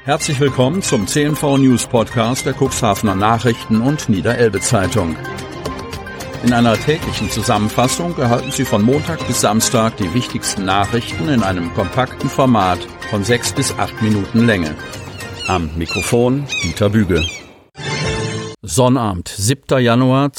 Herzlich willkommen zum CNV News Podcast der Cuxhavener Nachrichten und Niederelbe Zeitung. In einer täglichen Zusammenfassung erhalten Sie von Montag bis Samstag die wichtigsten Nachrichten in einem kompakten Format von 6 bis 8 Minuten Länge. Am Mikrofon Dieter Büge. Sonnabend, 7. Januar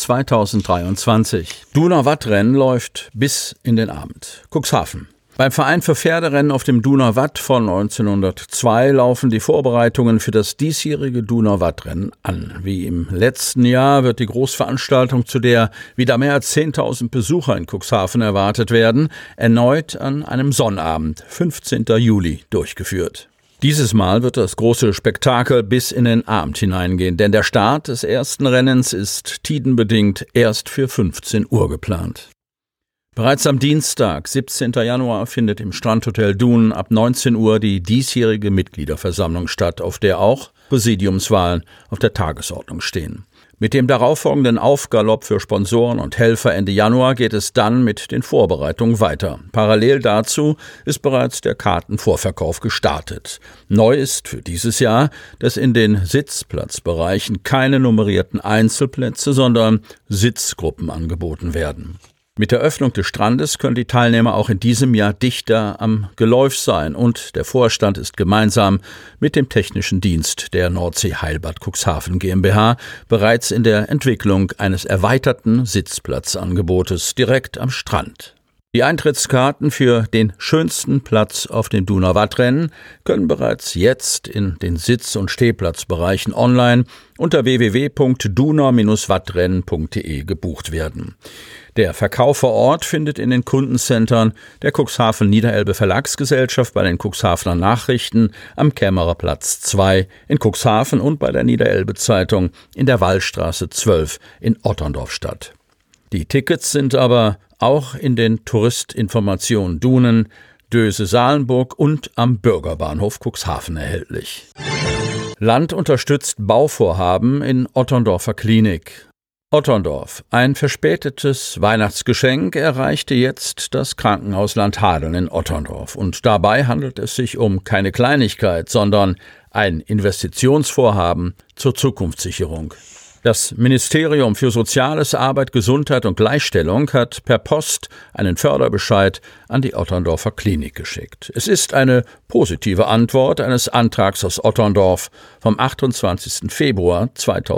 2023. Duner Wattrennen läuft bis in den Abend. Cuxhaven. Beim Verein für Pferderennen auf dem Duner Watt von 1902 laufen die Vorbereitungen für das diesjährige Duner Wattrennen an. Wie im letzten Jahr wird die Großveranstaltung, zu der wieder mehr als 10.000 Besucher in Cuxhaven erwartet werden, erneut an einem Sonnabend, 15. Juli, durchgeführt. Dieses Mal wird das große Spektakel bis in den Abend hineingehen, denn der Start des ersten Rennens ist tidenbedingt erst für 15 Uhr geplant. Bereits am Dienstag, 17. Januar, findet im Strandhotel Dun ab 19 Uhr die diesjährige Mitgliederversammlung statt, auf der auch Präsidiumswahlen auf der Tagesordnung stehen. Mit dem darauffolgenden Aufgalopp für Sponsoren und Helfer Ende Januar geht es dann mit den Vorbereitungen weiter. Parallel dazu ist bereits der Kartenvorverkauf gestartet. Neu ist für dieses Jahr, dass in den Sitzplatzbereichen keine nummerierten Einzelplätze, sondern Sitzgruppen angeboten werden. Mit der Öffnung des Strandes können die Teilnehmer auch in diesem Jahr dichter am Geläuf sein und der Vorstand ist gemeinsam mit dem technischen Dienst der Nordsee Heilbad Cuxhaven GmbH bereits in der Entwicklung eines erweiterten Sitzplatzangebotes direkt am Strand. Die Eintrittskarten für den schönsten Platz auf dem Duner Wattrennen können bereits jetzt in den Sitz- und Stehplatzbereichen online unter www.duner-wattrennen.de gebucht werden. Der Verkauf vor Ort findet in den Kundencentern der Cuxhaven Niederelbe Verlagsgesellschaft, bei den Cuxhavener Nachrichten am Kämmererplatz 2 in Cuxhaven und bei der Niederelbe Zeitung in der Wallstraße 12 in Otterndorf statt. Die Tickets sind aber auch in den Touristinformationen Dunen, Döse-Salenburg und am Bürgerbahnhof Cuxhaven erhältlich. Land unterstützt Bauvorhaben in Otterndorfer Klinik. Otterndorf. Ein verspätetes Weihnachtsgeschenk erreichte jetzt das Krankenhaus Landhadeln in Otterndorf. Und dabei handelt es sich um keine Kleinigkeit, sondern ein Investitionsvorhaben zur Zukunftssicherung. Das Ministerium für Soziales, Arbeit, Gesundheit und Gleichstellung hat per Post einen Förderbescheid an die Otterndorfer Klinik geschickt. Es ist eine positive Antwort eines Antrags aus Otterndorf vom 28. Februar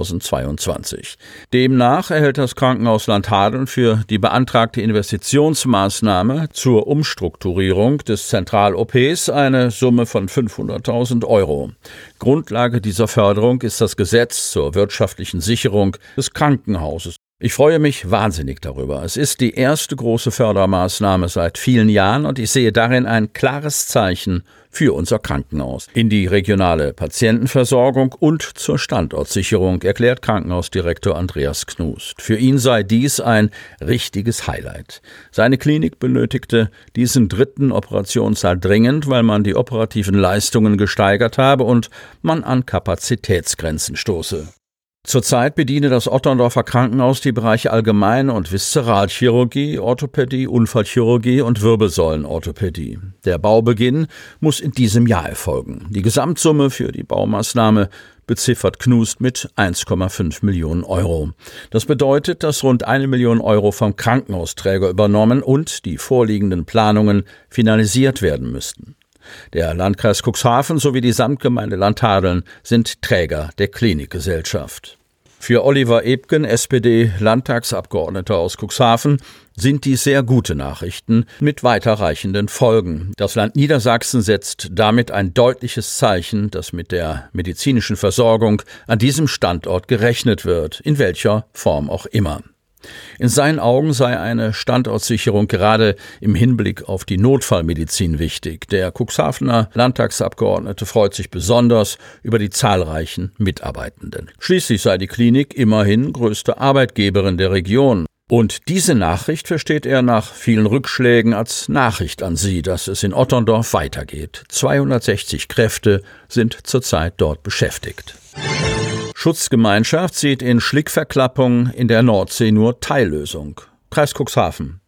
2022. Demnach erhält das Krankenhaus Landhadeln für die beantragte Investitionsmaßnahme zur Umstrukturierung des Zentral-OPs eine Summe von 500.000 Euro. Grundlage dieser Förderung ist das Gesetz zur wirtschaftlichen Sicherung des Krankenhauses. Ich freue mich wahnsinnig darüber. Es ist die erste große Fördermaßnahme seit vielen Jahren und ich sehe darin ein klares Zeichen für unser Krankenhaus. In die regionale Patientenversorgung und zur Standortsicherung, erklärt Krankenhausdirektor Andreas Knust. Für ihn sei dies ein richtiges Highlight. Seine Klinik benötigte diesen 3. Operationssaal dringend, weil man die operativen Leistungen gesteigert habe und man an Kapazitätsgrenzen stoße. Zurzeit bediene das Otterndorfer Krankenhaus die Bereiche Allgemeine und Viszeralchirurgie, Orthopädie, Unfallchirurgie und Wirbelsäulenorthopädie. Der Baubeginn muss in diesem Jahr erfolgen. Die Gesamtsumme für die Baumaßnahme beziffert Knust mit 1,5 Millionen Euro. Das bedeutet, dass rund 1 Million Euro vom Krankenhausträger übernommen und die vorliegenden Planungen finalisiert werden müssten. Der Landkreis Cuxhaven sowie die Samtgemeinde Landhadeln sind Träger der Klinikgesellschaft. Für Oliver Ebgen, SPD-Landtagsabgeordneter aus Cuxhaven, sind dies sehr gute Nachrichten mit weiterreichenden Folgen. Das Land Niedersachsen setzt damit ein deutliches Zeichen, dass mit der medizinischen Versorgung an diesem Standort gerechnet wird, in welcher Form auch immer. In seinen Augen sei eine Standortsicherung gerade im Hinblick auf die Notfallmedizin wichtig. Der Cuxhavener Landtagsabgeordnete freut sich besonders über die zahlreichen Mitarbeitenden. Schließlich sei die Klinik immerhin größte Arbeitgeberin der Region. Und diese Nachricht versteht er nach vielen Rückschlägen als Nachricht an Sie, dass es in Otterndorf weitergeht. 260 Kräfte sind zurzeit dort beschäftigt. Schutzgemeinschaft sieht in Schlickverklappung in der Nordsee nur Teillösung. Kreis Cuxhaven.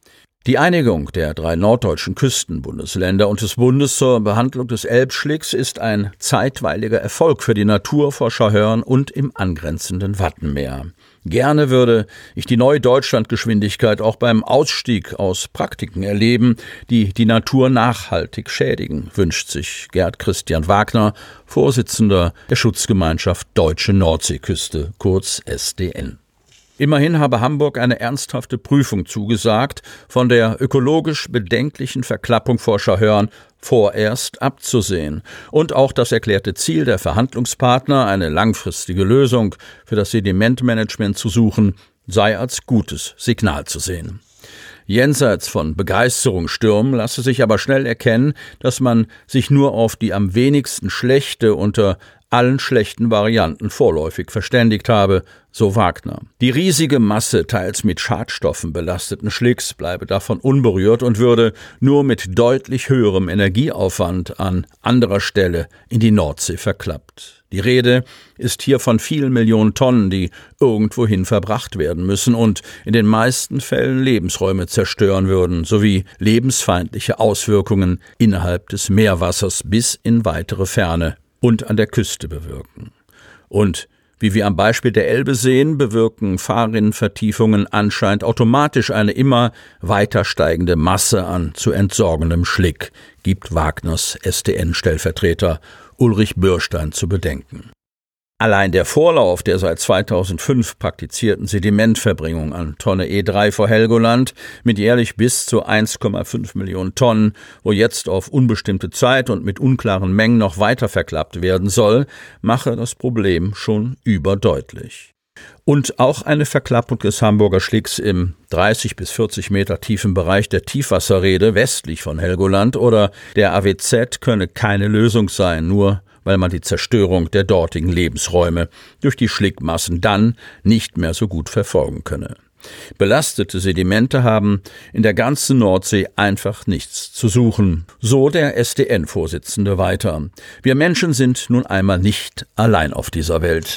Die Einigung der 3 norddeutschen Küstenbundesländer und des Bundes zur Behandlung des Elbschlicks ist ein zeitweiliger Erfolg für die Natur vor Schahörn und im angrenzenden Wattenmeer. Gerne würde ich die neue Deutschlandgeschwindigkeit auch beim Ausstieg aus Praktiken erleben, die die Natur nachhaltig schädigen, wünscht sich Gerd Christian Wagner, Vorsitzender der Schutzgemeinschaft Deutsche Nordseeküste, kurz SDN. Immerhin habe Hamburg eine ernsthafte Prüfung zugesagt, von der ökologisch bedenklichen Verklappung vor Schahörn vorerst abzusehen. Und auch das erklärte Ziel der Verhandlungspartner, eine langfristige Lösung für das Sedimentmanagement zu suchen, sei als gutes Signal zu sehen. Jenseits von Begeisterungsstürmen lasse sich aber schnell erkennen, dass man sich nur auf die am wenigsten schlechte unter allen schlechten Varianten vorläufig verständigt habe, so Wagner. Die riesige Masse teils mit Schadstoffen belasteten Schlicks bleibe davon unberührt und würde nur mit deutlich höherem Energieaufwand an anderer Stelle in die Nordsee verklappt. Die Rede ist hier von vielen Millionen Tonnen, die irgendwohin verbracht werden müssen und in den meisten Fällen Lebensräume zerstören würden, sowie lebensfeindliche Auswirkungen innerhalb des Meerwassers bis in weitere Ferne und an der Küste bewirken. Und wie wir am Beispiel der Elbe sehen, bewirken Fahrrinnenvertiefungen anscheinend automatisch eine immer weiter steigende Masse an zu entsorgendem Schlick, gibt Wagners SDN-Stellvertreter Ulrich Bürstein zu bedenken. Allein der Vorlauf der seit 2005 praktizierten Sedimentverbringung an Tonne E3 vor Helgoland mit jährlich bis zu 1,5 Millionen Tonnen, wo jetzt auf unbestimmte Zeit und mit unklaren Mengen noch weiter verklappt werden soll, mache das Problem schon überdeutlich. Und auch eine Verklappung des Hamburger Schlicks im 30 bis 40 Meter tiefen Bereich der Tiefwasserreede westlich von Helgoland oder der AWZ könne keine Lösung sein, nur weil man die Zerstörung der dortigen Lebensräume durch die Schlickmassen dann nicht mehr so gut verfolgen könne. Belastete Sedimente haben in der ganzen Nordsee einfach nichts zu suchen, so der SDN-Vorsitzende weiter. Wir Menschen sind nun einmal nicht allein auf dieser Welt.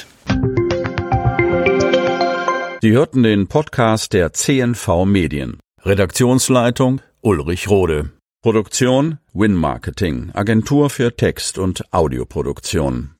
Sie hörten den Podcast der CNV Medien. Redaktionsleitung Ulrich Rode. Produktion Win Marketing, Agentur für Text- und Audioproduktion.